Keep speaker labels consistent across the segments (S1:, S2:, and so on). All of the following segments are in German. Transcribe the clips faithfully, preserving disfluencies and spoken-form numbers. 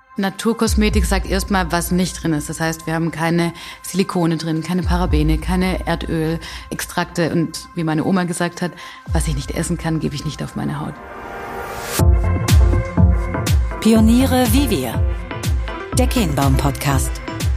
S1: Naturkosmetik sagt erstmal, was nicht drin ist. Das heißt, wir haben keine Silikone drin, keine Parabene, keine Erdölextrakte. Und wie meine Oma gesagt hat, was ich nicht essen kann, gebe ich nicht auf meine Haut.
S2: Pioniere wie wir. Der Kehnbaum-Podcast.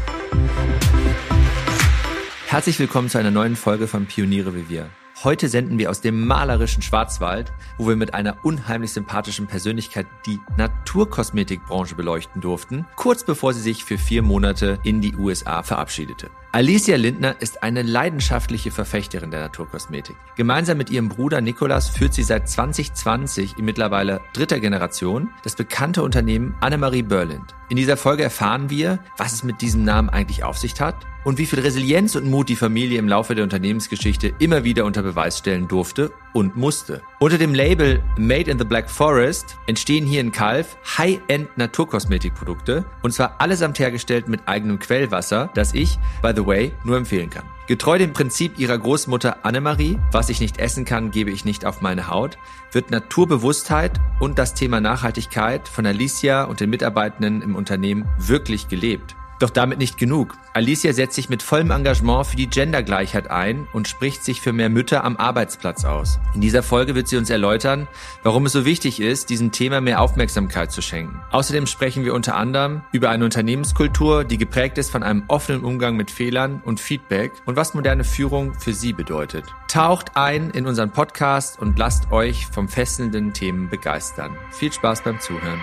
S3: Herzlich willkommen zu einer neuen Folge von Pioniere wie wir. Heute senden wir aus dem malerischen Schwarzwald, wo wir mit einer unheimlich sympathischen Persönlichkeit die Naturkosmetikbranche beleuchten durften, kurz bevor sie sich für vier Monate in die U S A verabschiedete. Alicia Lindner ist eine leidenschaftliche Verfechterin der Naturkosmetik. Gemeinsam mit ihrem Bruder Nicolas führt sie seit zwanzig zwanzig in mittlerweile dritter Generation das bekannte Unternehmen Annemarie Berlind. In dieser Folge erfahren wir, was es mit diesem Namen eigentlich auf sich hat und wie viel Resilienz und Mut die Familie im Laufe der Unternehmensgeschichte immer wieder unter Beweis stellen durfte und musste. Unter dem Label Made in the Black Forest entstehen hier in Calw High-End Naturkosmetikprodukte, und zwar allesamt hergestellt mit eigenem Quellwasser, das ich, by the way, nur empfehlen kann. Getreu dem Prinzip ihrer Großmutter Annemarie, was ich nicht essen kann, gebe ich nicht auf meine Haut, wird Naturbewusstheit und das Thema Nachhaltigkeit von Alicia und den Mitarbeitenden im Unternehmen wirklich gelebt. Doch damit nicht genug. Alicia setzt sich mit vollem Engagement für die Gendergleichheit ein und spricht sich für mehr Mütter am Arbeitsplatz aus. In dieser Folge wird sie uns erläutern, warum es so wichtig ist, diesem Thema mehr Aufmerksamkeit zu schenken. Außerdem sprechen wir unter anderem über eine Unternehmenskultur, die geprägt ist von einem offenen Umgang mit Fehlern und Feedback und was moderne Führung für sie bedeutet. Taucht ein in unseren Podcast und lasst euch vom fesselnden Themen begeistern. Viel Spaß beim Zuhören.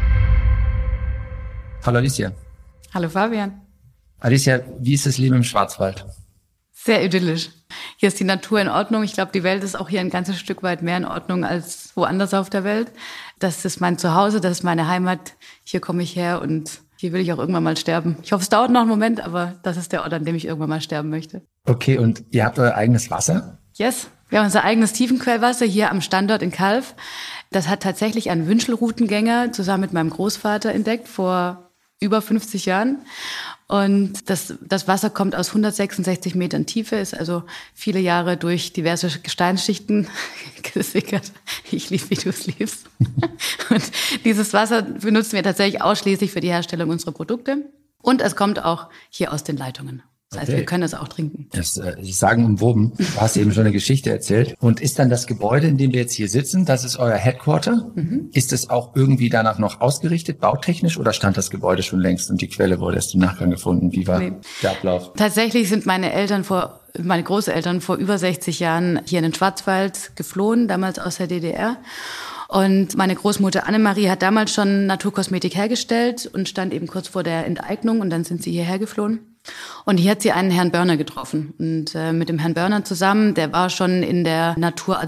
S4: Hallo Alicia.
S1: Hallo Fabian.
S4: Alicia, wie ist das Leben im Schwarzwald?
S1: Sehr idyllisch. Hier ist die Natur in Ordnung. Ich glaube, die Welt ist auch hier ein ganzes Stück weit mehr in Ordnung als woanders auf der Welt. Das ist mein Zuhause, das ist meine Heimat. Hier komme ich her und hier will ich auch irgendwann mal sterben. Ich hoffe, es dauert noch einen Moment, aber das ist der Ort, an dem ich irgendwann mal sterben möchte.
S4: Okay, und ihr habt euer eigenes Wasser?
S1: Yes, wir haben unser eigenes Tiefenquellwasser hier am Standort in Calw. Das hat tatsächlich ein Wünschelroutengänger zusammen mit meinem Großvater entdeckt vor über fünfzig Jahren. Und das, das Wasser kommt aus hundertsechsundsechzig Metern Tiefe, ist also viele Jahre durch diverse Gesteinsschichten gesickert. Ich liebe, wie du es liebst. Und dieses Wasser benutzen wir tatsächlich ausschließlich für die Herstellung unserer Produkte. Und es kommt auch hier aus den Leitungen. Das heißt, okay, wir können es auch trinken.
S4: Das äh, sagen umwoben. Du hast eben schon eine Geschichte erzählt. Und ist dann das Gebäude, in dem wir jetzt hier sitzen, das ist euer Headquarter? Mhm. Ist es auch irgendwie danach noch ausgerichtet, bautechnisch, oder stand das Gebäude schon längst und die Quelle wurde erst im Nachgang gefunden? Wie war nee. der Ablauf?
S1: Tatsächlich sind meine Eltern vor, meine Großeltern vor über sechzig Jahren hier in den Schwarzwald geflohen, damals aus der D D R. Und meine Großmutter Annemarie hat damals schon Naturkosmetik hergestellt und stand eben kurz vor der Enteignung, und dann sind sie hierher geflohen. Und hier hat sie einen Herrn Börner getroffen. Und äh, mit dem Herrn Börner zusammen, der war schon in der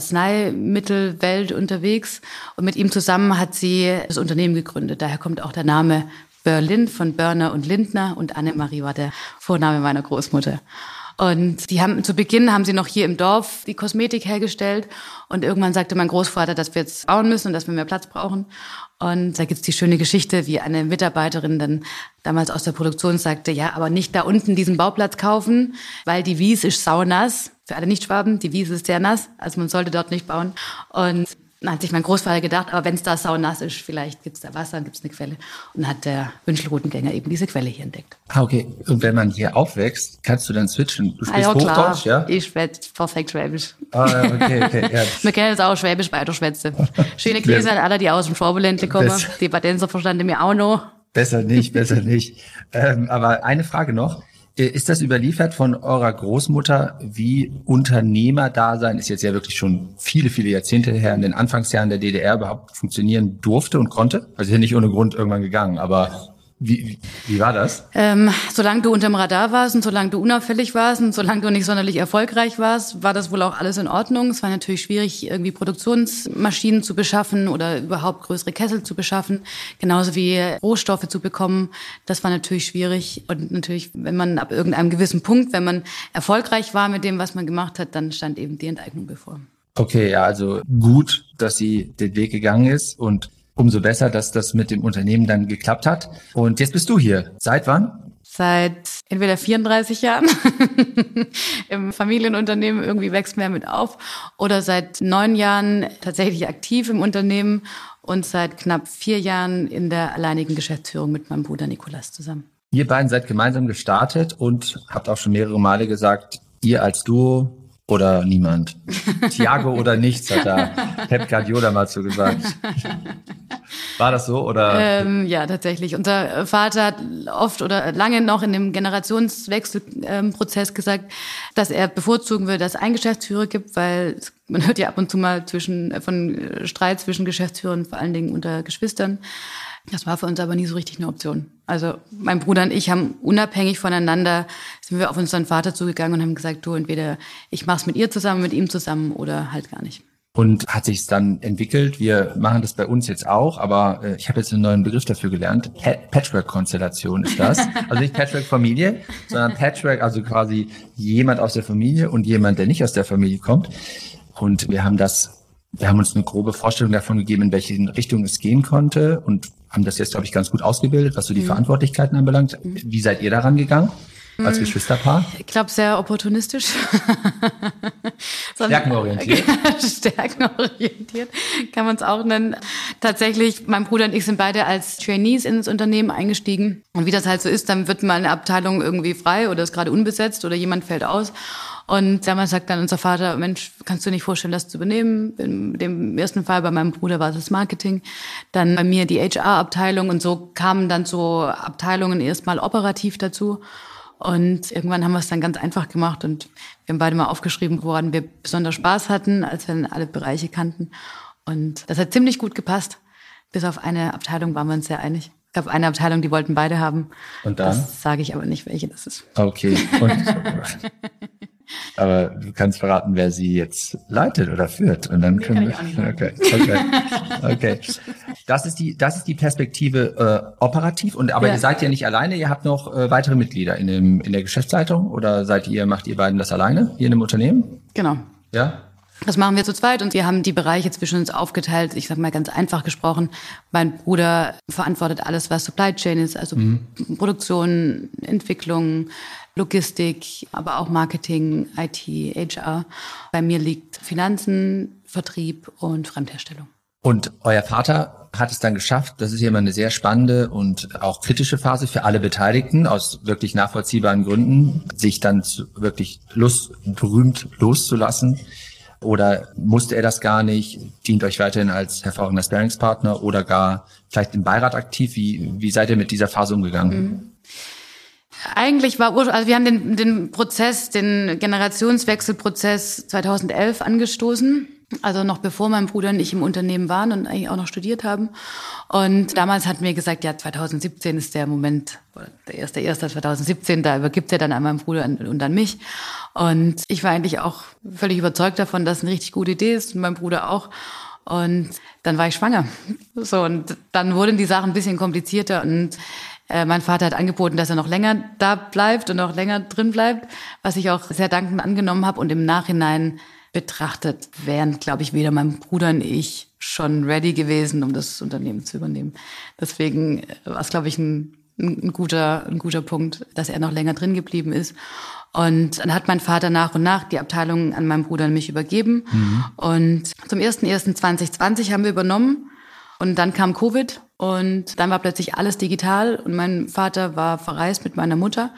S1: Naturarzneimittelwelt unterwegs. Und mit ihm zusammen hat sie das Unternehmen gegründet. Daher kommt auch der Name Berlind von Börner und Lindner. Und Annemarie war der Vorname meiner Großmutter. Und die haben, zu Beginn haben sie noch hier im Dorf die Kosmetik hergestellt. Und irgendwann sagte mein Großvater, dass wir jetzt bauen müssen und dass wir mehr Platz brauchen. Und da gibt's die schöne Geschichte, wie eine Mitarbeiterin dann damals aus der Produktion sagte, ja, aber nicht da unten diesen Bauplatz kaufen, weil die Wies ist saunass. Für alle Nichtschwaben, die Wies ist sehr nass, also man sollte dort nicht bauen. Und dann hat sich mein Großvater gedacht, aber wenn es da saunass ist, vielleicht gibt's da Wasser, gibt's eine Quelle. Und dann hat der Wünschelroutengänger eben diese Quelle hier entdeckt.
S4: Ah, okay. Und wenn man hier aufwächst, kannst du dann switchen? Du sprichst
S1: ah, ja,
S4: Hochdeutsch, ja?
S1: Ich spreche perfekt Schwäbisch.
S4: Ah, okay, okay. Ja.
S1: Wir kennen jetzt auch Schwäbisch weiterschwätzen. Schöne Grüße an alle, die aus dem Schwabenländle kommen. Das, die Badenser verstanden mir auch noch.
S4: Besser nicht, besser nicht. Ähm, aber eine Frage noch. Ist das überliefert von eurer Großmutter, wie Unternehmerdasein, ist jetzt ja wirklich schon viele, viele Jahrzehnte her, in den Anfangsjahren der D D R überhaupt funktionieren durfte und konnte? Also ist ja nicht ohne Grund irgendwann gegangen, aber wie, wie, wie war das?
S1: Ähm, solange du unterm Radar warst und solange du unauffällig warst und solange du nicht sonderlich erfolgreich warst, war das wohl auch alles in Ordnung. Es war natürlich schwierig, irgendwie Produktionsmaschinen zu beschaffen oder überhaupt größere Kessel zu beschaffen, genauso wie Rohstoffe zu bekommen. Das war natürlich schwierig. Und natürlich, wenn man ab irgendeinem gewissen Punkt, wenn man erfolgreich war mit dem, was man gemacht hat, dann stand eben die Enteignung bevor.
S4: Okay, ja, also gut, dass sie den Weg gegangen ist, und umso besser, dass das mit dem Unternehmen dann geklappt hat. Und jetzt bist du hier. Seit wann?
S1: Seit entweder vierunddreißig Jahren im Familienunternehmen, irgendwie wächst mehr mit auf, oder seit neun Jahren tatsächlich aktiv im Unternehmen und seit knapp vier Jahren in der alleinigen Geschäftsführung mit meinem Bruder Nicolas zusammen.
S4: Ihr beiden seid gemeinsam gestartet und habt auch schon mehrere Male gesagt, ihr als Duo oder niemand. Thiago oder nichts, hat da Pep Guardiola mal zu gesagt. War das so, oder?
S1: Ähm, ja, tatsächlich. Unser Vater hat oft oder lange noch in dem Generationswechselprozess gesagt, dass er bevorzugen würde, dass es einen Geschäftsführer gibt, weil man hört ja ab und zu mal zwischen von Streit zwischen Geschäftsführern, vor allen Dingen unter Geschwistern. Das war für uns aber nie so richtig eine Option. Also mein Bruder und ich haben unabhängig voneinander, sind wir auf unseren Vater zugegangen und haben gesagt, du, entweder ich mach's mit ihr zusammen, mit ihm zusammen oder halt gar nicht.
S4: Und hat sich es dann entwickelt? Wir machen das bei uns jetzt auch, aber äh, ich habe jetzt einen neuen Begriff dafür gelernt. Pat- Patchwork-Konstellation ist das. Also nicht Patchwork-Familie, sondern Patchwork, also quasi jemand aus der Familie und jemand, der nicht aus der Familie kommt. Und wir haben das, wir haben uns eine grobe Vorstellung davon gegeben, in welche Richtung es gehen konnte und haben das jetzt, glaube ich, ganz gut ausgebildet, was so die mhm. Verantwortlichkeiten anbelangt. Wie seid ihr daran gegangen? Als Geschwisterpaar?
S1: Ich glaube, sehr opportunistisch.
S4: Stärkenorientiert.
S1: Stärkenorientiert kann man es auch nennen. Tatsächlich, mein Bruder und ich sind beide als Trainees ins Unternehmen eingestiegen. Und wie das halt so ist, dann wird mal eine Abteilung irgendwie frei oder ist gerade unbesetzt oder jemand fällt aus. Und damals sagt dann unser Vater, Mensch, kannst du nicht vorstellen, das zu übernehmen? In dem ersten Fall bei meinem Bruder war es das Marketing, dann bei mir die H R-Abteilung und so kamen dann so Abteilungen erstmal operativ dazu. Und irgendwann haben wir es dann ganz einfach gemacht und wir haben beide mal aufgeschrieben, woran wir besonders Spaß hatten, als wir dann alle Bereiche kannten. Und das hat ziemlich gut gepasst. Bis auf eine Abteilung waren wir uns sehr einig. Es gab eine Abteilung, die wollten beide haben. Und dann? Das sage ich aber nicht, welche das ist.
S4: Okay. Und aber du kannst verraten, wer sie jetzt leitet oder führt. Und dann können wir. Okay, okay, okay. Das ist die, das ist die Perspektive äh, operativ. Und aber ja. Ihr seid ja nicht alleine. Ihr habt noch äh, weitere Mitglieder in dem in der Geschäftsleitung oder seid ihr macht ihr beiden das alleine hier in dem Unternehmen?
S1: Genau.
S4: Ja.
S1: Das machen wir zu zweit und wir haben die Bereiche zwischen uns aufgeteilt. Ich sag mal ganz einfach gesprochen. Mein Bruder verantwortet alles, was Supply Chain ist, also mhm. Produktion, Entwicklung, Logistik, aber auch Marketing, I T, H R. Bei mir liegt Finanzen, Vertrieb und Fremdherstellung.
S4: Und euer Vater hat es dann geschafft, das ist ja immer eine sehr spannende und auch kritische Phase für alle Beteiligten, aus wirklich nachvollziehbaren Gründen, sich dann zu, wirklich lust, berühmt loszulassen. Oder musste er das gar nicht? Dient euch weiterhin als hervorragender Sparringspartner oder gar vielleicht im Beirat aktiv? Wie, wie seid ihr mit dieser Phase umgegangen?
S1: Mhm. Eigentlich war, also wir haben den, den Prozess, den Generationswechselprozess zweitausendelf angestoßen. Also noch bevor mein Bruder und ich im Unternehmen waren und eigentlich auch noch studiert haben. Und damals hatten wir gesagt, ja, zweitausendsiebzehn ist der Moment, der erste erste zweitausendsiebzehn, da übergibt er dann an meinen Bruder und an mich. Und ich war eigentlich auch völlig überzeugt davon, dass es eine richtig gute Idee ist und mein Bruder auch. Und dann war ich schwanger. So, und dann wurden die Sachen ein bisschen komplizierter und äh, mein Vater hat angeboten, dass er noch länger da bleibt und noch länger drin bleibt, was ich auch sehr dankend angenommen habe. Und im Nachhinein betrachtet wären, glaube ich, weder mein Bruder und ich schon ready gewesen, um das Unternehmen zu übernehmen. Deswegen war es, glaube ich, ein, ein guter, ein guter Punkt, dass er noch länger drin geblieben ist. Und dann hat mein Vater nach und nach die Abteilung an meinen Bruder und mich übergeben. Mhm. Und zum ersten ersten zweitausendzwanzig haben wir übernommen. Und dann kam Covid und dann war plötzlich alles digital. Und mein Vater war verreist mit meiner Mutter.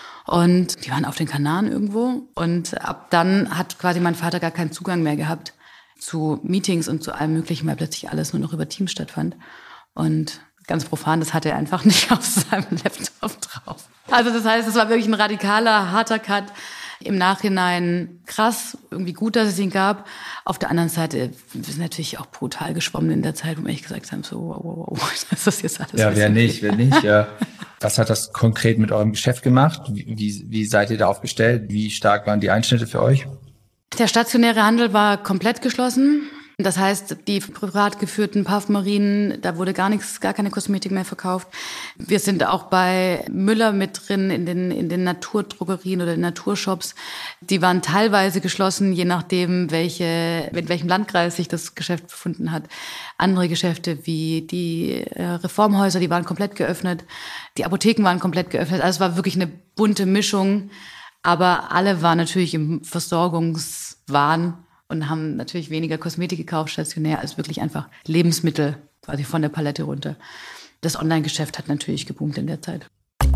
S1: Und die waren auf den Kanaren irgendwo. Und ab dann hat quasi mein Vater gar keinen Zugang mehr gehabt zu Meetings und zu allem Möglichen, weil plötzlich alles nur noch über Teams stattfand. Und ganz profan, das hatte er einfach nicht auf seinem Laptop drauf. Also das heißt, es war wirklich ein radikaler, harter Cut. Im Nachhinein krass, irgendwie gut, dass es ihn gab. Auf der anderen Seite, wir sind natürlich auch brutal geschwommen in der Zeit, wo wir echt gesagt haben, so, wow, wow, wow, das ist jetzt alles.
S4: Ja, wer nicht, wer nicht, ja. Was hat das konkret mit eurem Geschäft gemacht? Wie, wie seid ihr da aufgestellt? Wie stark waren die Einschnitte für euch?
S1: Der stationäre Handel war komplett geschlossen. Das heißt, die privat geführten Parfümerien, da wurde gar nichts, gar keine Kosmetik mehr verkauft. Wir sind auch bei Müller mit drin in den, in den Naturdrogerien oder in Naturshops. Die waren teilweise geschlossen, je nachdem, welche, in welchem Landkreis sich das Geschäft befunden hat. Andere Geschäfte wie die äh, Reformhäuser, die waren komplett geöffnet. Die Apotheken waren komplett geöffnet. Also es war wirklich eine bunte Mischung. Aber alle waren natürlich im Versorgungswahn und haben natürlich weniger Kosmetik gekauft, stationär, als wirklich einfach Lebensmittel quasi von der Palette runter. Das Online-Geschäft hat natürlich geboomt in der Zeit.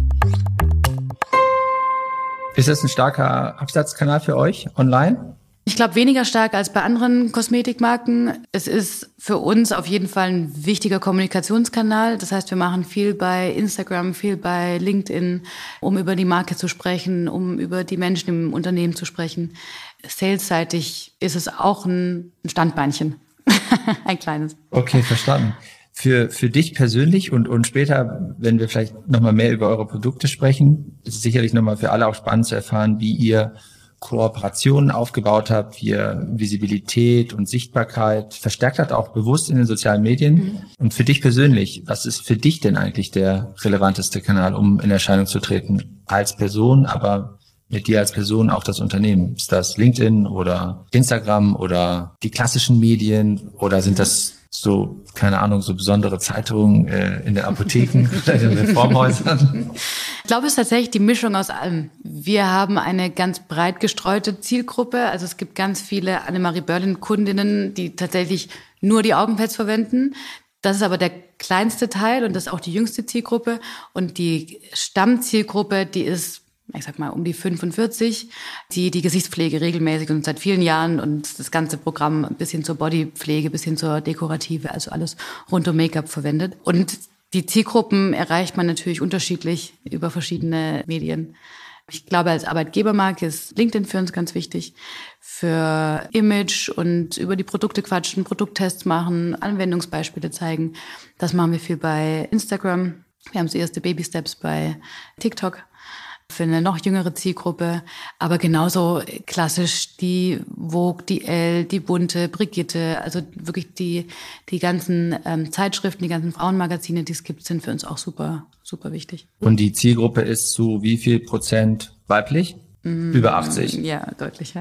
S4: Ist das ein starker Absatzkanal für euch online?
S1: Ich glaube, weniger stark als bei anderen Kosmetikmarken. Es ist für uns auf jeden Fall ein wichtiger Kommunikationskanal. Das heißt, wir machen viel bei Instagram, viel bei LinkedIn, um über die Marke zu sprechen, um über die Menschen im Unternehmen zu sprechen. Salesseitig ist es auch ein Standbeinchen, ein kleines.
S4: Okay, verstanden. Für, für dich persönlich und, und später, wenn wir vielleicht nochmal mehr über eure Produkte sprechen, ist es sicherlich nochmal für alle auch spannend zu erfahren, wie ihr Kooperationen aufgebaut habt, wie ihr Visibilität und Sichtbarkeit verstärkt habt, auch bewusst in den sozialen Medien. Mhm. Und für dich persönlich, was ist für dich denn eigentlich der relevanteste Kanal, um in Erscheinung zu treten? Als Person, aber mit dir als Person auch das Unternehmen. Ist das LinkedIn oder Instagram oder die klassischen Medien oder sind das so, keine Ahnung, so besondere Zeitungen äh, in den Apotheken oder in den Reformhäusern?
S1: Ich glaube, es ist tatsächlich die Mischung aus allem. Wir haben eine ganz breit gestreute Zielgruppe. Also es gibt ganz viele Annemarie Berlin-Kundinnen, die tatsächlich nur die Augenpads verwenden. Das ist aber der kleinste Teil und das ist auch die jüngste Zielgruppe. Und die Stammzielgruppe, die ist, ich sag mal, um die fünfundvierzig, die die Gesichtspflege regelmäßig und seit vielen Jahren und das ganze Programm bis hin zur Bodypflege, bis hin zur Dekorative, also alles rund um Make-up verwendet. Und die Zielgruppen erreicht man natürlich unterschiedlich über verschiedene Medien. Ich glaube, als Arbeitgebermarke ist LinkedIn für uns ganz wichtig. Für Image und über die Produkte quatschen, Produkttests machen, Anwendungsbeispiele zeigen. Das machen wir viel bei Instagram. Wir haben so erste Baby-Steps bei TikTok für eine noch jüngere Zielgruppe. Aber genauso klassisch die Vogue, die Elle, die Bunte, Brigitte, also wirklich die die ganzen ähm, Zeitschriften, die ganzen Frauenmagazine, die es gibt, sind für uns auch super, super wichtig.
S4: Und die Zielgruppe ist zu wie viel Prozent weiblich? Mm, Über achtzig?
S1: Ja, deutlich, ja.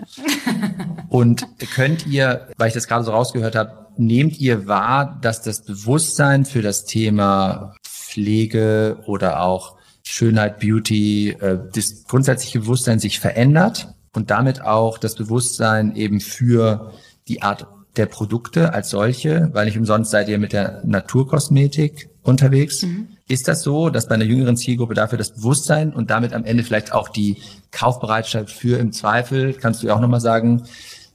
S4: Und könnt ihr, weil ich das gerade so rausgehört habe, nehmt ihr wahr, dass das Bewusstsein für das Thema Pflege oder auch Schönheit, Beauty, äh, das grundsätzliche Bewusstsein sich verändert und damit auch das Bewusstsein eben für die Art der Produkte als solche, weil nicht umsonst seid ihr mit der Naturkosmetik unterwegs. Mhm. Ist das so, dass bei einer jüngeren Zielgruppe dafür das Bewusstsein und damit am Ende vielleicht auch die Kaufbereitschaft für im Zweifel, kannst du ja auch nochmal sagen,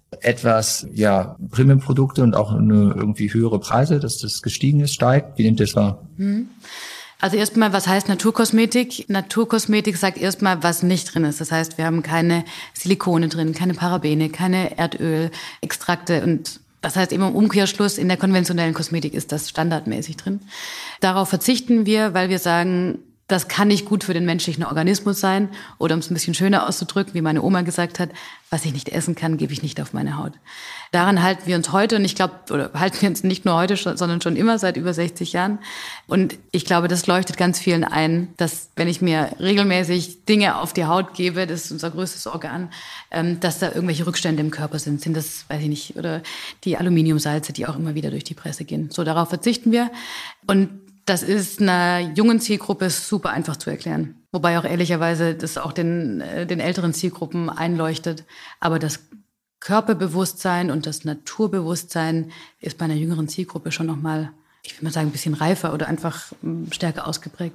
S4: etwas, ja, Premium-Produkte und auch eine irgendwie höhere Preise, dass das gestiegen ist, steigt? Wie nehmt ihr das wahr?
S1: Mhm. Also erstmal, was heißt Naturkosmetik? Naturkosmetik sagt erstmal, was nicht drin ist. Das heißt, wir haben keine Silikone drin, keine Parabene, keine Erdölextrakte und das heißt eben im Umkehrschluss, in der konventionellen Kosmetik ist das standardmäßig drin. Darauf verzichten wir, weil wir sagen, das kann nicht gut für den menschlichen Organismus sein. Oder um es ein bisschen schöner auszudrücken, wie meine Oma gesagt hat, was ich nicht essen kann, gebe ich nicht auf meine Haut. Daran halten wir uns heute und ich glaube, oder halten wir uns nicht nur heute, sondern schon immer seit über sechzig Jahren. Und ich glaube, das leuchtet ganz vielen ein, dass wenn ich mir regelmäßig Dinge auf die Haut gebe, das ist unser größtes Organ, dass da irgendwelche Rückstände im Körper sind. Sind das, weiß ich nicht, oder die Aluminiumsalze, die auch immer wieder durch die Presse gehen. So, darauf verzichten wir. Und das ist einer jungen Zielgruppe super einfach zu erklären. Wobei auch ehrlicherweise das auch den, den älteren Zielgruppen einleuchtet. Aber das Körperbewusstsein und das Naturbewusstsein ist bei einer jüngeren Zielgruppe schon nochmal, ich will mal sagen, ein bisschen reifer oder einfach stärker ausgeprägt.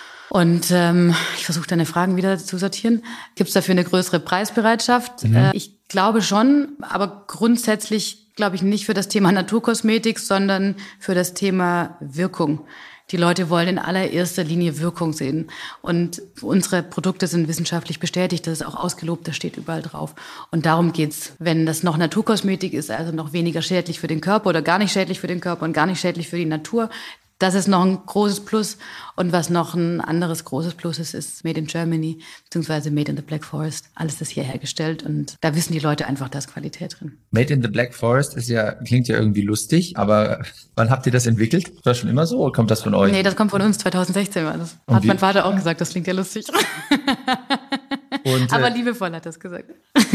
S1: Und ähm, ich versuche deine Fragen wieder zu sortieren. Gibt es dafür eine größere Preisbereitschaft? Mhm. Äh, ich glaube schon, aber grundsätzlich glaube ich nicht für das Thema Naturkosmetik, sondern für das Thema Wirkung. Die Leute wollen in allererster Linie Wirkung sehen. Und unsere Produkte sind wissenschaftlich bestätigt, das ist auch ausgelobt, das steht überall drauf. Und darum geht's. Wenn das noch Naturkosmetik ist, also noch weniger schädlich für den Körper oder gar nicht schädlich für den Körper und gar nicht schädlich für die Natur, Das ist noch ein großes Plus. Und was noch ein anderes großes Plus ist, ist Made in Germany, beziehungsweise Made in the Black Forest. Alles ist hier hergestellt und da wissen die Leute einfach, da ist Qualität drin.
S4: Made in the Black Forest ist ja, klingt ja irgendwie lustig, aber wann habt ihr das entwickelt? War das schon immer so oder kommt das von euch?
S1: Nee, das kommt von uns, zwanzig sechzehn war das.
S4: Und
S1: Hat
S4: wie?
S1: mein Vater auch gesagt, das klingt ja lustig.
S4: Und,
S1: aber
S4: äh,
S1: liebevoll hat er es gesagt.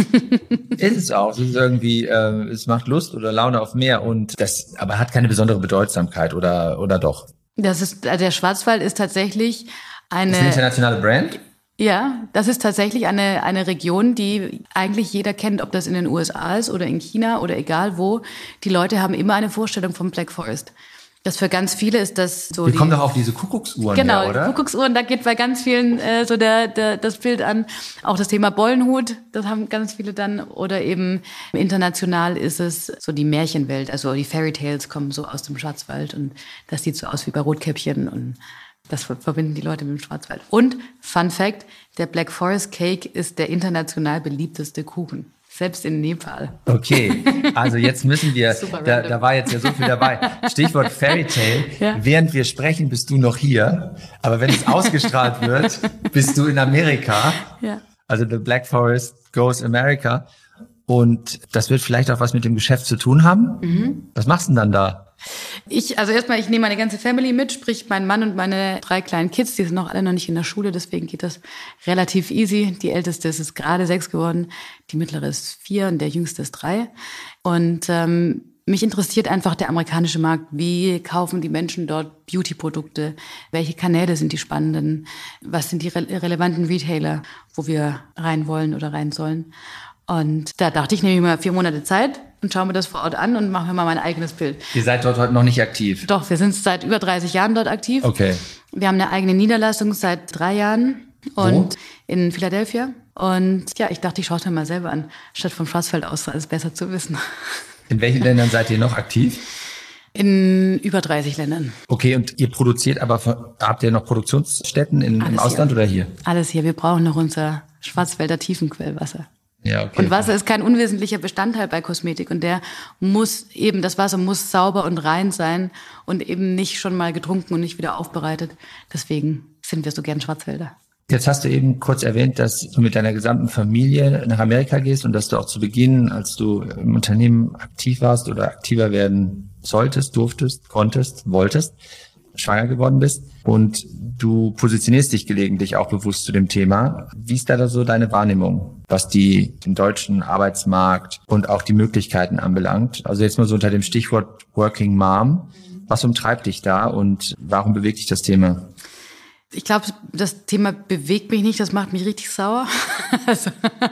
S4: Ist es auch. Es ist irgendwie, äh, es macht Lust oder Laune auf mehr und das, aber hat keine besondere Bedeutsamkeit oder, oder doch?
S1: Das ist, also der Schwarzwald ist tatsächlich eine.
S4: Das ist eine internationale Brand?
S1: Ja, das ist tatsächlich eine, eine Region, die eigentlich jeder kennt, ob das in den U S A ist oder in China oder egal wo. Die Leute haben immer eine Vorstellung vom Black Forest. Das für ganz viele ist das so.
S4: Wir
S1: die,
S4: kommen doch auf diese Kuckucksuhren
S1: genau,
S4: her, oder?
S1: Kuckucksuhren, da geht bei ganz vielen äh, so der, der das Bild an. Auch das Thema Bollenhut, das haben ganz viele dann. Oder eben international ist es so die Märchenwelt, also die Fairy Tales kommen so aus dem Schwarzwald und das sieht so aus wie bei Rotkäppchen und das verbinden die Leute mit dem Schwarzwald. Und Fun Fact, der Black Forest Cake ist der international beliebteste Kuchen. Selbst in Nepal.
S4: Okay, also jetzt müssen wir,
S1: Super
S4: da,
S1: random.
S4: da war jetzt ja so viel dabei. Stichwort Fairy Tale.
S1: Ja.
S4: Während wir sprechen, bist du noch hier. Aber wenn es ausgestrahlt wird, bist du in Amerika.
S1: Ja.
S4: Also The Black Forest Goes America. Und das wird vielleicht auch was mit dem Geschäft zu tun haben. Mhm. Was machst du denn dann da?
S1: Ich, also erstmal, ich nehme meine ganze Family mit, sprich mein Mann und meine drei kleinen Kids, die sind noch alle noch nicht in der Schule, deswegen geht das relativ easy. Die älteste ist, ist gerade sechs geworden, die mittlere ist vier und der jüngste ist drei. Und ähm, mich interessiert einfach der amerikanische Markt. Wie kaufen die Menschen dort Beauty-Produkte? Welche Kanäle sind die spannenden? Was sind die re- relevanten Retailer, wo wir rein wollen oder rein sollen? Und da dachte ich, nehme ich mal vier Monate Zeit und schaue mir das vor Ort an und mache mir mal mein eigenes Bild.
S4: Ihr seid dort heute noch nicht aktiv?
S1: Doch, wir sind seit über dreißig Jahren dort aktiv.
S4: Okay.
S1: Wir haben eine eigene Niederlassung seit drei Jahren und
S4: Wo?
S1: in Philadelphia. Und ja, ich dachte, ich schaue es mir mal selber an, statt vom Schwarzwald aus alles besser zu wissen.
S4: In welchen Ländern seid ihr noch aktiv?
S1: In über dreißig Ländern.
S4: Okay, und ihr produziert aber, von, habt ihr noch Produktionsstätten in, im
S1: Alles
S4: Ausland
S1: hier.
S4: oder hier?
S1: Alles hier. Wir brauchen noch unser Schwarzwälder Tiefenquellwasser.
S4: Ja, okay.
S1: Und Wasser ist kein unwesentlicher Bestandteil bei Kosmetik und der muss eben, das Wasser muss sauber und rein sein und eben nicht schon mal getrunken und nicht wieder aufbereitet. Deswegen sind wir so gern Schwarzwälder.
S4: Jetzt hast du eben kurz erwähnt, dass du mit deiner gesamten Familie nach Amerika gehst und dass du auch zu Beginn, als du im Unternehmen aktiv warst oder aktiver werden solltest, durftest, konntest, wolltest, schwanger geworden bist und du positionierst dich gelegentlich auch bewusst zu dem Thema. Wie ist da so deine Wahrnehmung, was die, den deutschen Arbeitsmarkt und auch die Möglichkeiten anbelangt? Also jetzt mal so unter dem Stichwort Working Mom. Was umtreibt dich da und warum bewegt dich das Thema?
S1: Ich glaube, das Thema bewegt mich nicht, das macht mich richtig sauer. Also,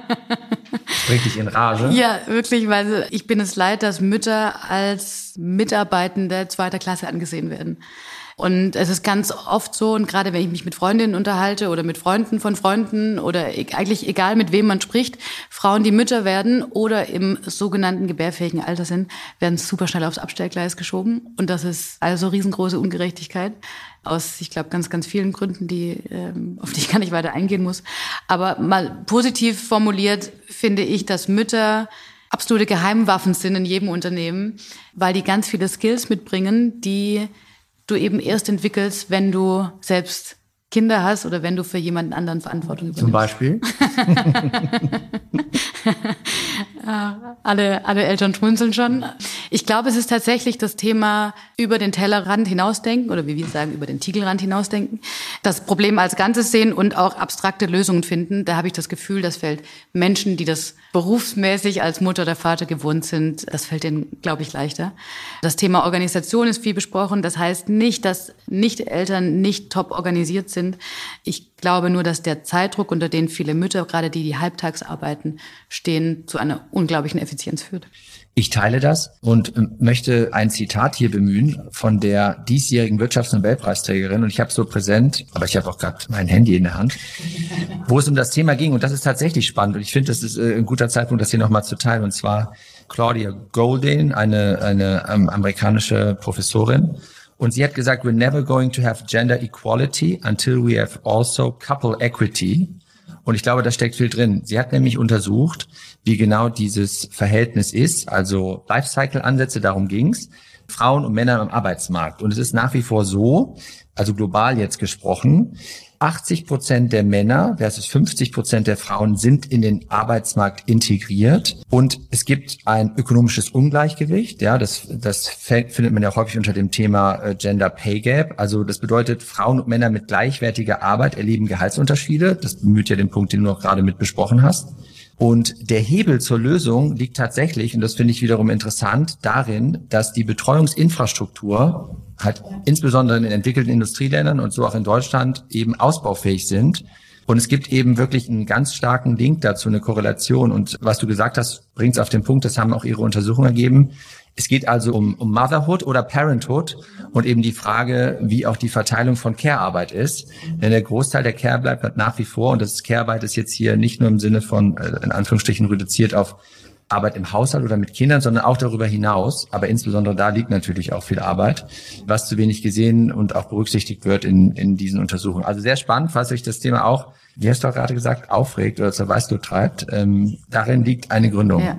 S4: Das bringt dich in Rage?
S1: ja, wirklich, weil ich bin es leid, dass Mütter als Mitarbeitende zweiter Klasse angesehen werden. Und es ist ganz oft so, und gerade wenn ich mich mit Freundinnen unterhalte oder mit Freunden von Freunden oder e- eigentlich egal mit wem man spricht, Frauen, die Mütter werden oder im sogenannten gebärfähigen Alter sind, werden super schnell aufs Abstellgleis geschoben. Und das ist also riesengroße Ungerechtigkeit aus, ich glaube, ganz, ganz vielen Gründen, die ähm, auf die ich gar nicht weiter eingehen muss. Aber mal positiv formuliert finde ich, dass Mütter absolute Geheimwaffen sind in jedem Unternehmen, weil die ganz viele Skills mitbringen, die du eben erst entwickelst, wenn du selbst Kinder hast oder wenn du für jemanden anderen Verantwortung übernimmst.
S4: Zum Beispiel?
S1: Alle, alle Eltern schmunzeln schon. Ich glaube, es ist tatsächlich das Thema über den Tellerrand hinausdenken oder wie wir sagen, über den Tigelrand hinausdenken. Das Problem als Ganzes sehen und auch abstrakte Lösungen finden. Da habe ich das Gefühl, das fällt Menschen, die das berufsmäßig als Mutter oder Vater gewohnt sind, das fällt denen, glaube ich, leichter. Das Thema Organisation ist viel besprochen. Das heißt nicht, dass Nicht-Eltern nicht top organisiert sind. Ich glaube nur, dass der Zeitdruck, unter den viele Mütter, gerade die, die halbtags arbeiten, stehen, zu einer unglaublichen Effizienz führt.
S4: Ich teile das und möchte ein Zitat hier bemühen von der diesjährigen Wirtschaftsnobelpreisträgerin. Und ich habe es so präsent, aber ich habe auch gerade mein Handy in der Hand, wo es um das Thema ging. Und das ist tatsächlich spannend. Und ich finde, das ist ein guter Zeitpunkt, das hier nochmal zu teilen. Und zwar Claudia Goldin, eine, eine ähm, amerikanische Professorin. Und sie hat gesagt, we're never going to have gender equality until we have also couple equity. Und ich glaube, da steckt viel drin. Sie hat nämlich untersucht, wie genau dieses Verhältnis ist, also Lifecycle-Ansätze, darum ging's. Frauen und Männer am Arbeitsmarkt. Und es ist nach wie vor so, also global jetzt gesprochen, achtzig Prozent der Männer versus fünfzig Prozent der Frauen sind in den Arbeitsmarkt integriert. Und es gibt ein ökonomisches Ungleichgewicht. Ja, das, das findet man ja häufig unter dem Thema Gender Pay Gap. Also das bedeutet, Frauen und Männer mit gleichwertiger Arbeit erleben Gehaltsunterschiede. Das bemüht ja den Punkt, den du noch gerade mit besprochen hast. Und der Hebel zur Lösung liegt tatsächlich, und das finde ich wiederum interessant, darin, dass die Betreuungsinfrastruktur halt insbesondere in den entwickelten Industrieländern und so auch in Deutschland eben ausbaufähig sind. Und es gibt eben wirklich einen ganz starken Link dazu, eine Korrelation. Und was du gesagt hast, bringt es auf den Punkt, das haben auch ihre Untersuchungen ergeben. Es geht also um, um Motherhood oder Parenthood und eben die Frage, wie auch die Verteilung von Care-Arbeit ist. Denn der Großteil der Care bleibt halt nach wie vor, und das Care-Arbeit ist jetzt hier nicht nur im Sinne von, in Anführungsstrichen, reduziert auf Arbeit im Haushalt oder mit Kindern, sondern auch darüber hinaus. Aber insbesondere da liegt natürlich auch viel Arbeit, was zu wenig gesehen und auch berücksichtigt wird in, in didiesen Untersuchungen. Also sehr spannend, falls euch das Thema auch, wie hast du auch gerade gesagt, aufregt oder zur Weißglut treibt. Ähm, darin liegt eine Gründung.
S1: Ja.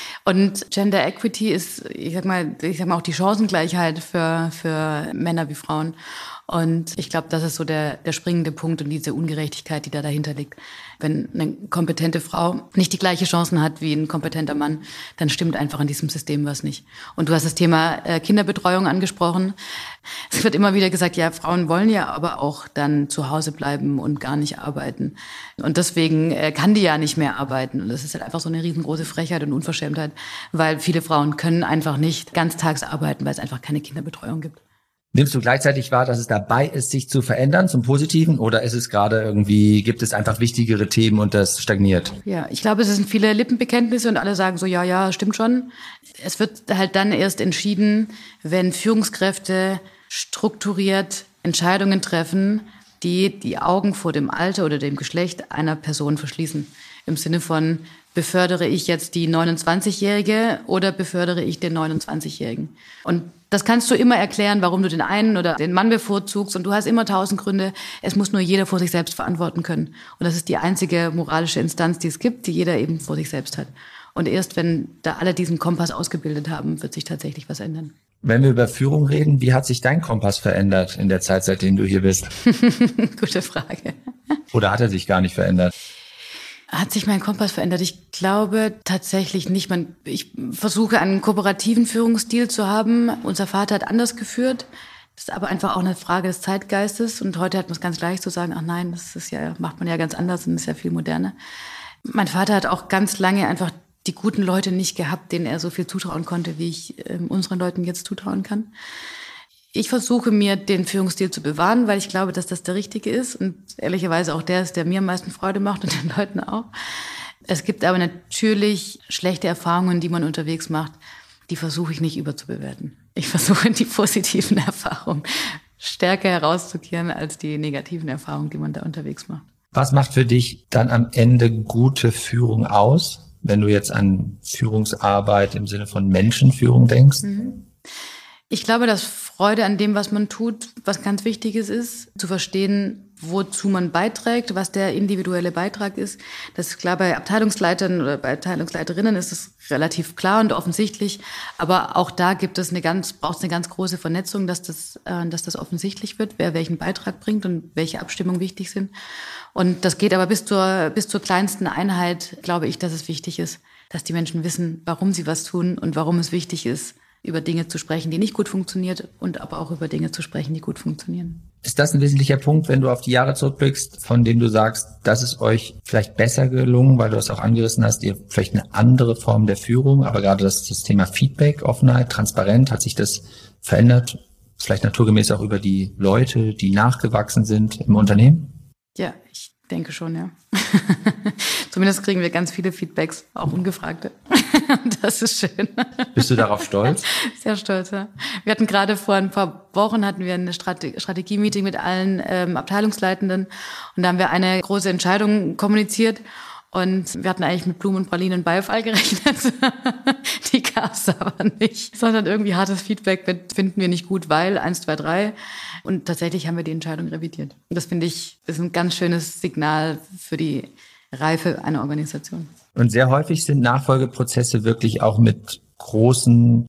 S1: Und Gender Equity ist, ich sag mal, ich sag mal auch die Chancengleichheit für, für Männer wie Frauen. Und ich glaube, das ist so der, der springende Punkt und diese Ungerechtigkeit, die da dahinter liegt. Wenn eine kompetente Frau nicht die gleiche Chancen hat wie ein kompetenter Mann, dann stimmt einfach in diesem System was nicht. Und du hast das Thema äh, Kinderbetreuung angesprochen. Es wird immer wieder gesagt, ja, Frauen wollen ja aber auch dann zu Hause bleiben und gar nicht arbeiten. Und deswegen äh, kann die ja nicht mehr arbeiten. Und das ist halt einfach so eine riesengroße Frechheit und Unverschämtheit, weil viele Frauen können einfach nicht ganztags arbeiten, weil es einfach keine Kinderbetreuung gibt.
S4: Nimmst du gleichzeitig wahr, dass es dabei ist, sich zu verändern zum Positiven, oder ist es gerade irgendwie, gibt es einfach wichtigere Themen und das stagniert?
S1: Ja, ich glaube, es sind viele Lippenbekenntnisse und alle sagen so, ja, ja, stimmt schon. Es wird halt dann erst entschieden, wenn Führungskräfte strukturiert Entscheidungen treffen, die die Augen vor dem Alter oder dem Geschlecht einer Person verschließen. Im Sinne von, befördere ich jetzt die neunundzwanzigjährige oder befördere ich den neunundzwanzigjährigen? Und das kannst du immer erklären, warum du den einen oder den Mann bevorzugst. Und du hast immer tausend Gründe. Es muss nur jeder vor sich selbst verantworten können. Und das ist die einzige moralische Instanz, die es gibt, die jeder eben vor sich selbst hat. Und erst wenn da alle diesen Kompass ausgebildet haben, wird sich tatsächlich was ändern.
S4: Wenn wir über Führung reden, wie hat sich dein Kompass verändert in der Zeit, seitdem du hier bist?
S1: Gute Frage.
S4: Oder hat er sich gar nicht verändert?
S1: Hat sich mein Kompass verändert? Ich glaube tatsächlich nicht. Man, ich versuche einen kooperativen Führungsstil zu haben. Unser Vater hat anders geführt. Das ist aber einfach auch eine Frage des Zeitgeistes. Und heute hat man es ganz leicht zu sagen, ach nein, das ist ja, macht man ja ganz anders und ist ja viel moderner. Mein Vater hat auch ganz lange einfach die guten Leute nicht gehabt, denen er so viel zutrauen konnte, wie ich äh, unseren Leuten jetzt zutrauen kann. Ich versuche mir den Führungsstil zu bewahren, weil ich glaube, dass das der richtige ist und ehrlicherweise auch der ist, der mir am meisten Freude macht und den Leuten auch. Es gibt aber natürlich schlechte Erfahrungen, die man unterwegs macht, die versuche ich nicht überzubewerten. Ich versuche die positiven Erfahrungen stärker herauszukehren als die negativen Erfahrungen, die man da unterwegs macht.
S4: Was macht für dich dann am Ende gute Führung aus, wenn du jetzt an Führungsarbeit im Sinne von Menschenführung denkst?
S1: Mhm. Ich glaube, dass Freude an dem, was man tut, was ganz Wichtiges ist, zu verstehen, wozu man beiträgt, was der individuelle Beitrag ist. Das ist klar, bei Abteilungsleitern oder bei Abteilungsleiterinnen ist es relativ klar und offensichtlich. Aber auch da gibt es eine ganz, braucht es eine ganz große Vernetzung, dass das, äh, dass das offensichtlich wird, wer welchen Beitrag bringt und welche Abstimmungen wichtig sind. Und das geht aber bis zur, bis zur kleinsten Einheit, glaube ich, dass es wichtig ist, dass die Menschen wissen, warum sie was tun und warum es wichtig ist, über Dinge zu sprechen, die nicht gut funktionieren und aber auch über Dinge zu sprechen, die gut funktionieren.
S4: Ist das ein wesentlicher Punkt, wenn du auf die Jahre zurückblickst, von dem du sagst, das ist euch vielleicht besser gelungen, weil du es auch angerissen hast, ihr vielleicht eine andere Form der Führung, aber gerade das, das Thema Feedback, Offenheit, Transparenz, hat sich das verändert, vielleicht naturgemäß auch über die Leute, die nachgewachsen sind im Unternehmen?
S1: Ja, ich denke schon, ja. Zumindest kriegen wir ganz viele Feedbacks, auch ungefragte. Das ist schön.
S4: Bist du darauf stolz?
S1: Sehr stolz, ja. Wir hatten gerade vor ein paar Wochen hatten wir eine Strate- Strategie-Meeting mit allen ähm, Abteilungsleitenden und da haben wir eine große Entscheidung kommuniziert und wir hatten eigentlich mit Blumen und Pralinen Beifall gerechnet. Die gab es aber nicht, sondern irgendwie hartes Feedback mit, finden wir nicht gut, weil eins, zwei, drei. Und tatsächlich haben wir die Entscheidung revidiert. Und das finde ich, ist ein ganz schönes Signal für die Reife einer Organisation.
S4: Und sehr häufig sind Nachfolgeprozesse wirklich auch mit großen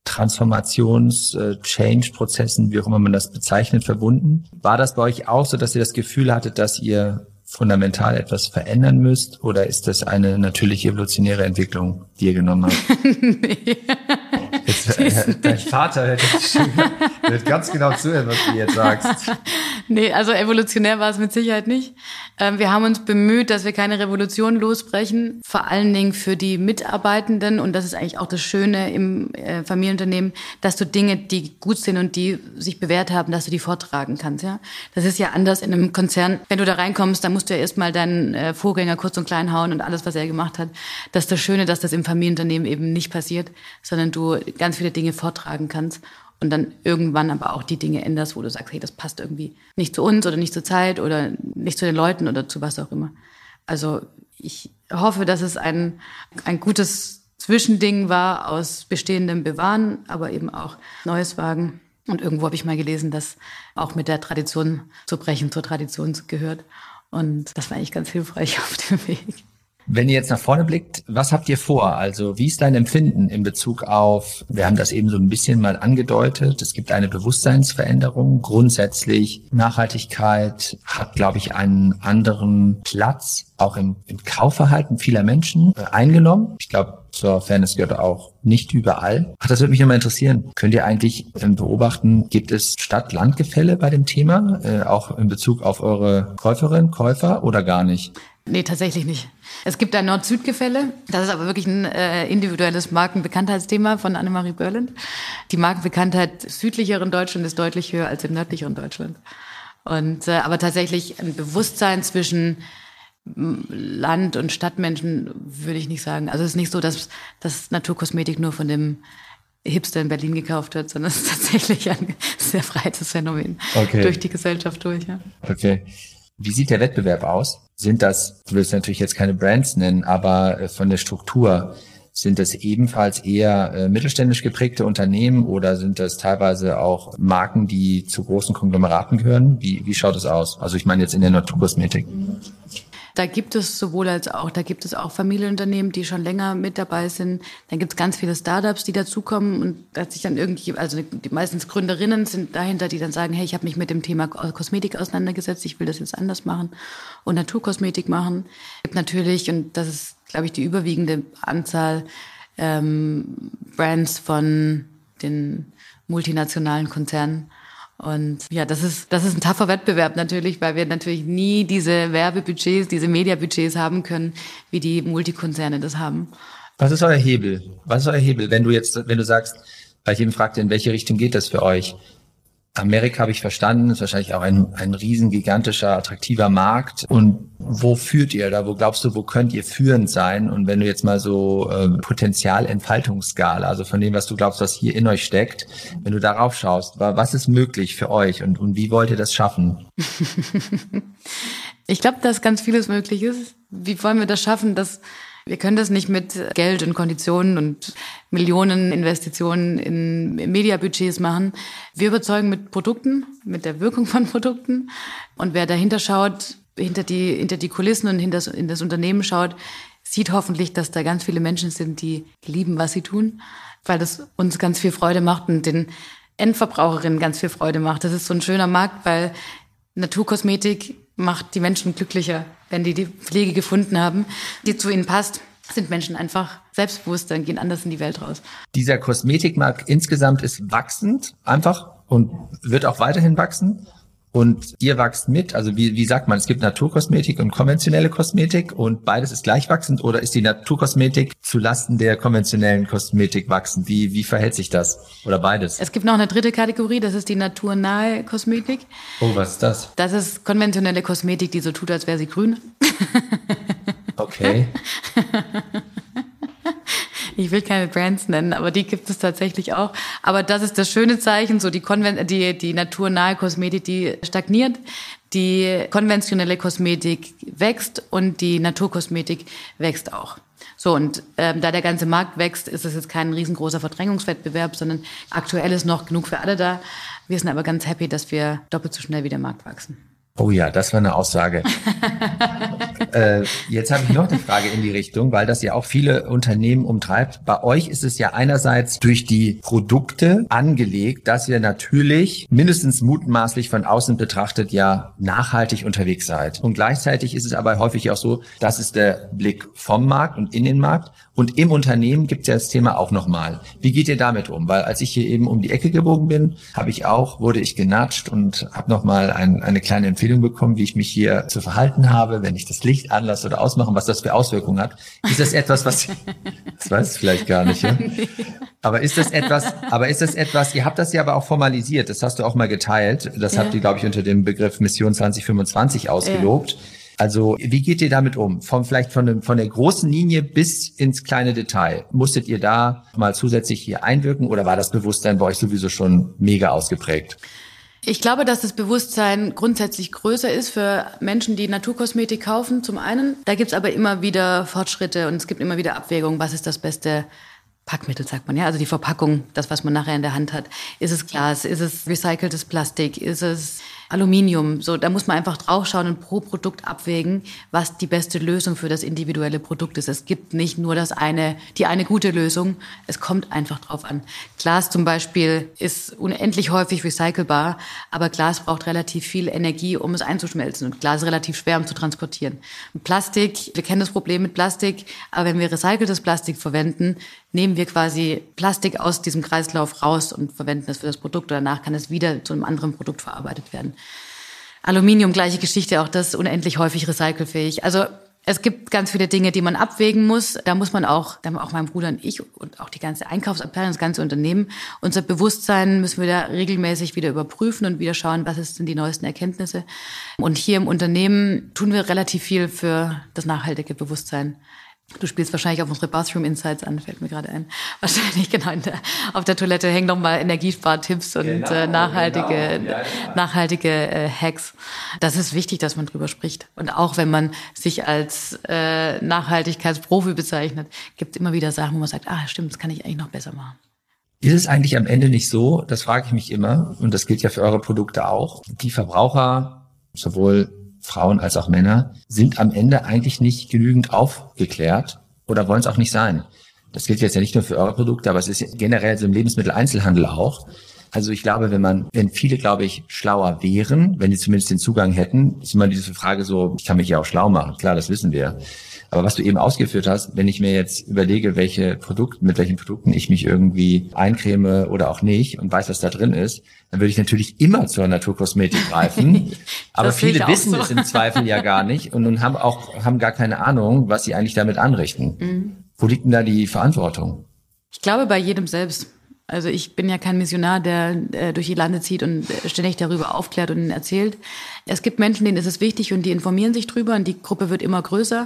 S4: Transformations-Change-Prozessen, wie auch immer man das bezeichnet, verbunden. War das bei euch auch so, dass ihr das Gefühl hattet, dass ihr fundamental etwas verändern müsst? Oder ist das eine natürliche evolutionäre Entwicklung, die ihr genommen habt?
S1: Nee.
S4: Jetzt, äh, dein Vater hört, hört ganz genau zu, was du jetzt sagst.
S1: Nee, also evolutionär war es mit Sicherheit nicht. Ähm, wir haben uns bemüht, dass wir keine Revolution losbrechen, vor allen Dingen für die Mitarbeitenden. Und das ist eigentlich auch das Schöne im äh, Familienunternehmen, dass du Dinge, die gut sind und die sich bewährt haben, dass du die vortragen kannst. Ja, das ist ja anders in einem Konzern. Wenn du da reinkommst, dann musst du ja erstmal deinen äh, Vorgänger kurz und klein hauen und alles, was er gemacht hat. Das ist das Schöne, dass das im Familienunternehmen eben nicht passiert, sondern du ganz viele Dinge vortragen kannst. Und dann irgendwann aber auch die Dinge änderst, wo du sagst, hey, das passt irgendwie nicht zu uns oder nicht zur Zeit oder nicht zu den Leuten oder zu was auch immer. Also ich hoffe, dass es ein, ein gutes Zwischending war aus bestehendem Bewahren, aber eben auch Neues wagen. Und irgendwo habe ich mal gelesen, dass auch mit der Tradition zu brechen zur Tradition gehört. Und das war eigentlich ganz hilfreich auf dem Weg.
S4: Wenn ihr jetzt nach vorne blickt, was habt ihr vor? Also wie ist dein Empfinden in Bezug auf, wir haben das eben so ein bisschen mal angedeutet, es gibt eine Bewusstseinsveränderung. Grundsätzlich Nachhaltigkeit hat, glaube ich, einen anderen Platz, auch im, im Kaufverhalten vieler Menschen äh, eingenommen. Ich glaube, zur Fairness gehört auch nicht überall. Ach, das würde mich nochmal interessieren. Könnt ihr eigentlich ähm, beobachten, gibt es Stadt-Land-Gefälle bei dem Thema, äh, auch in Bezug auf eure Käuferinnen, Käufer oder gar nicht?
S1: Nee, tatsächlich nicht. Es gibt ein Nord-Süd-Gefälle. Das ist aber wirklich ein äh, individuelles Markenbekanntheitsthema von Annemarie Berland. Die Markenbekanntheit südlicheren Deutschland ist deutlich höher als im nördlicheren Deutschland. Und äh, aber tatsächlich ein Bewusstsein zwischen Land- und Stadtmenschen würde ich nicht sagen. Also es ist nicht so, dass, dass Naturkosmetik nur von dem Hipster in Berlin gekauft wird, sondern es ist tatsächlich ein sehr breites Phänomen okay. durch die Gesellschaft durch. Ja.
S4: Okay. Wie sieht der Wettbewerb aus? Sind das, du willst natürlich jetzt keine Brands nennen, aber von der Struktur, sind das ebenfalls eher äh, mittelständisch geprägte Unternehmen oder sind das teilweise auch Marken, die zu großen Konglomeraten gehören? Wie, wie schaut es aus? Also ich meine jetzt in der Naturkosmetik.
S1: Da gibt es sowohl als auch, da gibt es auch Familienunternehmen, die schon länger mit dabei sind. Dann gibt es ganz viele Startups, die dazukommen und da sich dann irgendwie, also die meistens Gründerinnen sind dahinter, die dann sagen, hey, ich habe mich mit dem Thema Kosmetik auseinandergesetzt, ich will das jetzt anders machen und Naturkosmetik machen. Es gibt natürlich, und das ist, glaube ich, die überwiegende Anzahl ähm, Brands von den multinationalen Konzernen. Und ja, das ist das ist ein tougher Wettbewerb natürlich, weil wir natürlich nie diese Werbebudgets, diese Mediabudgets haben können, wie die Multikonzerne das haben.
S4: Was ist euer Hebel? Was ist euer Hebel, wenn du jetzt, wenn du sagst, weil ich eben fragte, in welche Richtung geht das für euch? Amerika habe ich verstanden, ist wahrscheinlich auch ein, ein riesen, gigantischer, attraktiver Markt. Und wo führt ihr da? Wo glaubst du, wo könnt ihr führend sein? Und wenn du jetzt mal so äh, Potenzialentfaltungsskala, also von dem, was du glaubst, was hier in euch steckt, wenn du darauf schaust, was ist möglich für euch und, und wie wollt ihr das schaffen?
S1: Ich glaube, dass ganz vieles möglich ist. Wie wollen wir das schaffen, dass wir können das nicht mit Geld und Konditionen und Millionen Investitionen in Mediabudgets machen. Wir überzeugen mit Produkten, mit der Wirkung von Produkten. Und wer dahinter schaut, hinter die, hinter die Kulissen und hinter in das Unternehmen schaut, sieht hoffentlich, dass da ganz viele Menschen sind, die lieben, was sie tun, weil das uns ganz viel Freude macht und den Endverbraucherinnen ganz viel Freude macht. Das ist so ein schöner Markt, weil Naturkosmetik macht die Menschen glücklicher. Wenn die die Pflege gefunden haben, die zu ihnen passt, sind Menschen einfach selbstbewusster und gehen anders in die Welt raus.
S4: Dieser Kosmetikmarkt insgesamt ist wachsend einfach und wird auch weiterhin wachsen. Und ihr wächst mit, also wie, wie sagt man, es gibt Naturkosmetik und konventionelle Kosmetik und beides ist gleich wachsend oder ist die Naturkosmetik zulasten der konventionellen Kosmetik wachsend? Wie, wie verhält sich das? Oder beides?
S1: Es gibt noch eine dritte Kategorie, das ist die naturnahe Kosmetik.
S4: Oh, was ist das?
S1: Das ist konventionelle Kosmetik, die so tut, als wäre sie grün.
S4: Okay.
S1: Ich will keine Brands nennen, aber die gibt es tatsächlich auch. Aber das ist das schöne Zeichen, so die, Konven- die, die naturnahe Kosmetik, die stagniert, die konventionelle Kosmetik wächst und die Naturkosmetik wächst auch. So, und ähm, da der ganze Markt wächst, ist es jetzt kein riesengroßer Verdrängungswettbewerb, sondern aktuell ist noch genug für alle da. Wir sind aber ganz happy, dass wir doppelt so schnell wie der Markt wachsen.
S4: Oh ja, das war eine Aussage. Äh, jetzt habe ich noch eine Frage in die Richtung, weil das ja auch viele Unternehmen umtreibt. Bei euch ist es ja einerseits durch die Produkte angelegt, dass ihr natürlich mindestens mutmaßlich von außen betrachtet ja nachhaltig unterwegs seid. Und gleichzeitig ist es aber häufig auch so, das ist der Blick vom Markt und in den Markt. Und im Unternehmen gibt es ja das Thema auch nochmal. Wie geht ihr damit um? Weil als ich hier eben um die Ecke gebogen bin, habe ich auch, wurde ich genatscht und habe nochmal ein, eine kleine Empfehlung bekommen, wie ich mich hier zu verhalten habe, wenn ich das Licht anlasse oder ausmache, was das für Auswirkungen hat. Ist das etwas, was, das weiß ich vielleicht gar nicht, ja? Aber ist das etwas, aber ist das etwas, ihr habt das ja aber auch formalisiert, das hast du auch mal geteilt, das ja. habt ihr, glaube ich, unter dem Begriff Mission zwanzig fünfundzwanzig ausgelobt. Ja. Also wie geht ihr damit um? Von vielleicht von, dem, von der großen Linie bis ins kleine Detail. Musstet ihr da mal zusätzlich hier einwirken oder war das Bewusstsein bei euch sowieso schon mega ausgeprägt?
S1: Ich glaube, dass das Bewusstsein grundsätzlich größer ist für Menschen, die Naturkosmetik kaufen, zum einen. Da gibt's aber immer wieder Fortschritte und es gibt immer wieder Abwägungen, was ist das beste Packmittel, sagt man, ja, also die Verpackung, das, was man nachher in der Hand hat. Ist es Glas, ist es recyceltes Plastik, ist es Aluminium? So, da muss man einfach draufschauen und pro Produkt abwägen, was die beste Lösung für das individuelle Produkt ist. Es gibt nicht nur das eine, die eine gute Lösung. Es kommt einfach drauf an. Glas zum Beispiel ist unendlich häufig recycelbar, aber Glas braucht relativ viel Energie, um es einzuschmelzen. Und Glas ist relativ schwer, um zu transportieren. Und Plastik, wir kennen das Problem mit Plastik, aber wenn wir recyceltes Plastik verwenden, nehmen wir quasi Plastik aus diesem Kreislauf raus und verwenden es für das Produkt. Danach kann es wieder zu einem anderen Produkt verarbeitet werden. Aluminium, gleiche Geschichte, auch das unendlich häufig recycelfähig. Also es gibt ganz viele Dinge, die man abwägen muss. Da muss man auch, da haben auch mein Bruder und ich und auch die ganze Einkaufsabteilung, das ganze Unternehmen, unser Bewusstsein müssen wir da regelmäßig wieder überprüfen und wieder schauen, was sind die neuesten Erkenntnisse. Und hier im Unternehmen tun wir relativ viel für das nachhaltige Bewusstsein. Du spielst wahrscheinlich auf unsere Bathroom Insights an, fällt mir gerade ein. Wahrscheinlich, genau, in der, auf der Toilette hängen nochmal Energiespartipps und genau, äh, nachhaltige, genau. ja, ja. nachhaltige äh, Hacks. Das ist wichtig, dass man drüber spricht. Und auch wenn man sich als äh, Nachhaltigkeitsprofi bezeichnet, gibt es immer wieder Sachen, wo man sagt, ah, stimmt, das kann ich eigentlich noch besser machen.
S4: Ist es eigentlich am Ende nicht so, das frage ich mich immer, und das gilt ja für eure Produkte auch, die Verbraucher, sowohl Frauen als auch Männer, sind am Ende eigentlich nicht genügend aufgeklärt oder wollen es auch nicht sein. Das gilt jetzt ja nicht nur für eure Produkte, aber es ist generell so im Lebensmitteleinzelhandel auch. Also ich glaube, wenn man, wenn viele, glaube ich, schlauer wären, wenn die zumindest den Zugang hätten, ist immer diese Frage so, ich kann mich ja auch schlau machen. Klar, das wissen wir. Aber was du eben ausgeführt hast, wenn ich mir jetzt überlege, welche Produkte, mit welchen Produkten ich mich irgendwie eincreme oder auch nicht und weiß, was da drin ist, dann würde ich natürlich immer zur Naturkosmetik greifen. Aber viele wissen so. es im Zweifel ja gar nicht und, und haben auch, haben gar keine Ahnung, was sie eigentlich damit anrichten. Mhm. Wo liegt denn da die Verantwortung?
S1: Ich glaube, bei jedem selbst. Also ich bin ja kein Missionar, der äh, durch die Lande zieht und äh, ständig darüber aufklärt und erzählt. Es gibt Menschen, denen ist es wichtig und die informieren sich drüber und die Gruppe wird immer größer.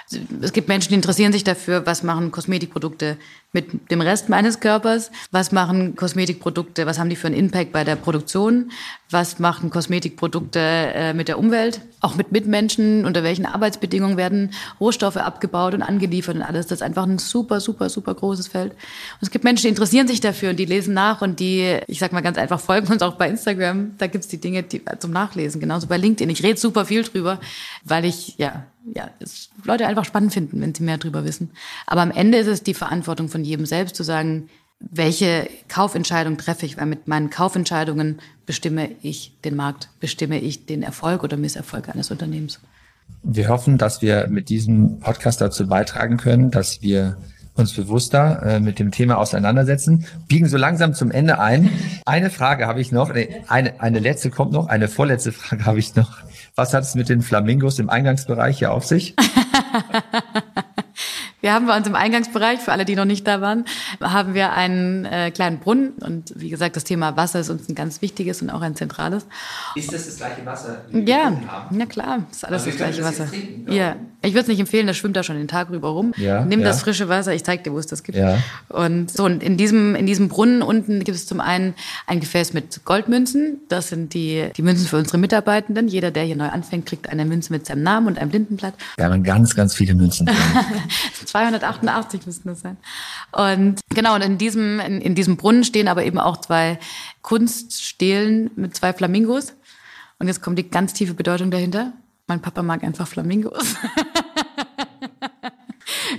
S1: Es gibt Menschen, die interessieren sich dafür, was machen Kosmetikprodukte mit dem Rest meines Körpers, was machen Kosmetikprodukte, was haben die für einen Impact bei der Produktion, was machen Kosmetikprodukte äh, mit der Umwelt, auch mit Mitmenschen, unter welchen Arbeitsbedingungen werden Rohstoffe abgebaut und angeliefert und alles. Das ist einfach ein super, super, super großes Feld. Und es gibt Menschen, die interessieren sich dafür und die lesen nach und die, ich sag mal ganz einfach, folgen uns auch bei Instagram. Da gibt's die Dinge die, zum Nachlesen, genauso bei LinkedIn. Ich rede super viel drüber, weil ich, ja, ja, es Leute einfach spannend finden, wenn sie mehr drüber wissen. Aber am Ende ist es die Verantwortung von jedem selbst zu sagen, welche Kaufentscheidung treffe ich, weil mit meinen Kaufentscheidungen bestimme ich den Markt, bestimme ich den Erfolg oder Misserfolg eines Unternehmens.
S4: Wir hoffen, dass wir mit diesem Podcast dazu beitragen können, dass wir uns bewusster äh, mit dem Thema auseinandersetzen. Biegen so langsam zum Ende ein. Eine Frage habe ich noch, nee, eine, eine letzte kommt noch, eine vorletzte Frage habe ich noch. Was hat es mit den Flamingos im Eingangsbereich hier auf sich?
S1: Wir haben bei uns im Eingangsbereich, für alle, die noch nicht da waren, haben wir einen äh, kleinen Brunnen. Und wie gesagt, das Thema Wasser ist uns ein ganz wichtiges und auch ein zentrales.
S4: Ist das das gleiche Wasser?
S1: Ja, na klar, ist alles das gleiche Wasser. Trinken, ja, ich würde es nicht empfehlen, das schwimmt da schon den Tag rüber rum. Ja, Nimm ja. das frische Wasser, ich zeig dir, wo es das gibt. Ja. Und so, und in diesem, in diesem Brunnen unten gibt es zum einen ein Gefäß mit Goldmünzen. Das sind die, die Münzen für unsere Mitarbeitenden. Jeder, der hier neu anfängt, kriegt eine Münze mit seinem Namen und einem Blindenblatt.
S4: Wir haben ganz, ganz viele Münzen drin.
S1: zweihundertachtundachtzig müssten das sein. Und genau, und in diesem, in, in diesem Brunnen stehen aber eben auch zwei Kunststelen mit zwei Flamingos. Und jetzt kommt die ganz tiefe Bedeutung dahinter. Mein Papa mag einfach Flamingos.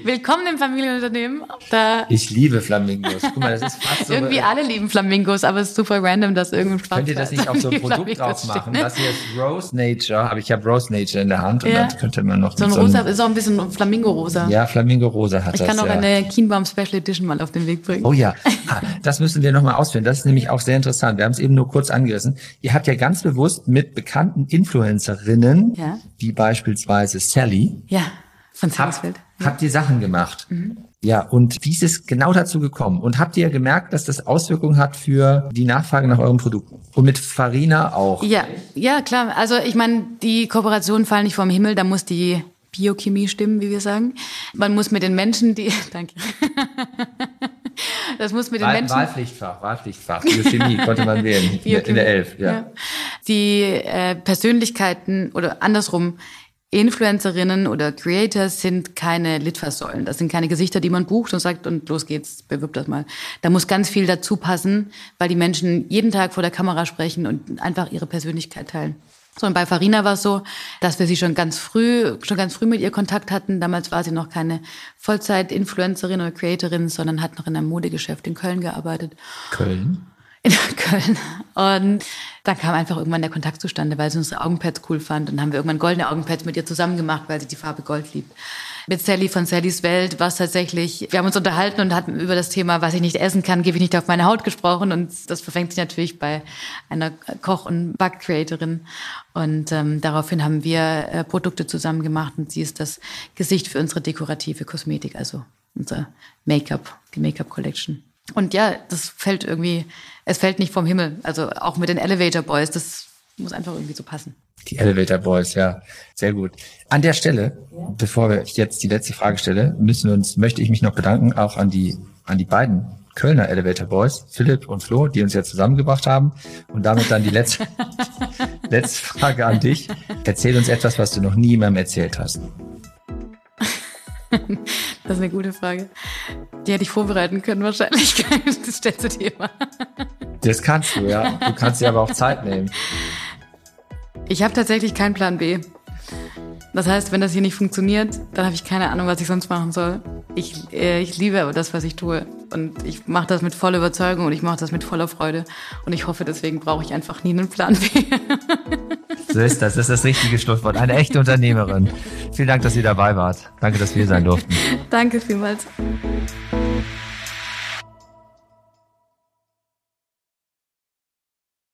S1: Willkommen im Familienunternehmen. Da
S4: Ich liebe Flamingos. Guck mal, das ist fast so.
S1: irgendwie alle lieben Flamingos, aber es ist super random, dass irgendein
S4: Könnt ihr das nicht auf so ein Produkt drauf machen? Das hier ist Rose Nature, aber ich habe Rose Nature in der Hand und
S1: Ja.
S4: dann könnte man noch
S1: So ein
S4: mit
S1: rosa, ist auch ein bisschen Flamingo-rosa.
S4: Ja, Flamingo-Rosa hat
S1: Ich
S4: das,
S1: kann auch
S4: ja.
S1: eine Kienbaum Special Edition mal auf den Weg bringen.
S4: Oh ja, ah, das müssen wir nochmal ausführen. Das ist nämlich auch sehr interessant. Wir haben es eben nur kurz angerissen. Ihr habt ja ganz bewusst mit bekannten Influencerinnen,
S1: Ja.
S4: wie beispielsweise Sally,
S1: Ja, von
S4: hab,
S1: Salisfeld.
S4: habt ihr Sachen gemacht. Ja, und wie ist es genau dazu gekommen? Und habt ihr gemerkt, dass das Auswirkungen hat für die Nachfrage nach euren Produkten? Und mit Farina auch?
S1: Ja, ja, klar. Also ich meine, die Kooperationen fallen nicht vom Himmel, da muss die Biochemie stimmen, wie wir sagen. Man muss mit den Menschen, die, danke. Das muss mit den
S4: Wahl,
S1: Menschen.
S4: Wahlpflichtfach, Wahlpflichtfach, Biochemie konnte man wählen, in der, in der elf, ja.
S1: Ja. Die äh, Persönlichkeiten oder andersrum, Influencerinnen oder Creators sind keine Litfaßsäulen. Das sind keine Gesichter, die man bucht und sagt, und los geht's, bewirb das mal. Da muss ganz viel dazu passen, weil die Menschen jeden Tag vor der Kamera sprechen und einfach ihre Persönlichkeit teilen. So, und bei Farina war es so, dass wir sie schon ganz früh, schon ganz früh mit ihr Kontakt hatten. Damals war sie noch keine Vollzeit-Influencerin oder Creatorin, sondern hat noch in einem Modegeschäft in Köln gearbeitet.
S4: Köln?
S1: In Köln. Und dann kam einfach irgendwann der Kontakt zustande, weil sie unsere Augenpads cool fand. Und dann haben wir irgendwann goldene Augenpads mit ihr zusammen gemacht, weil sie die Farbe Gold liebt. Mit Sally von Sallys Welt war es tatsächlich, wir haben uns unterhalten und hatten über das Thema, was ich nicht essen kann, gebe ich nicht auf meine Haut gesprochen. Und das verfängt sich natürlich bei einer Koch- und Back-Creatorin. Und ähm, daraufhin haben wir äh, Produkte zusammen gemacht und sie ist das Gesicht für unsere dekorative Kosmetik, also unser Make-up, die Make-up-Collection. Und ja, das fällt irgendwie, es fällt nicht vom Himmel. Also auch mit den Elevator Boys, das muss einfach irgendwie so passen.
S4: Die Elevator Boys, ja, sehr gut. An der Stelle, bevor wir jetzt die letzte Frage stelle, müssen wir uns, möchte ich mich noch bedanken, auch an die, an die beiden Kölner Elevator Boys, Philipp und Flo, die uns jetzt zusammengebracht haben. Und damit dann die letzte, letzte Frage an dich. Erzähl uns etwas, was du noch niemandem erzählt hast.
S1: Das ist eine gute Frage. Die hätte ich vorbereiten können wahrscheinlich. Das stellst du dir immer.
S4: Das kannst du, ja. Du kannst dir aber auch Zeit nehmen.
S1: Ich habe tatsächlich keinen Plan B. Das heißt, wenn das hier nicht funktioniert, dann habe ich keine Ahnung, was ich sonst machen soll. Ich, äh, ich liebe aber das, was ich tue. Und ich mache das mit voller Überzeugung und ich mache das mit voller Freude. Und ich hoffe, deswegen brauche ich einfach nie einen Plan B.
S4: So ist das. Das ist das richtige Schlusswort. Eine echte Unternehmerin. Vielen Dank, dass ihr dabei wart. Danke, dass wir sein durften.
S1: Danke vielmals.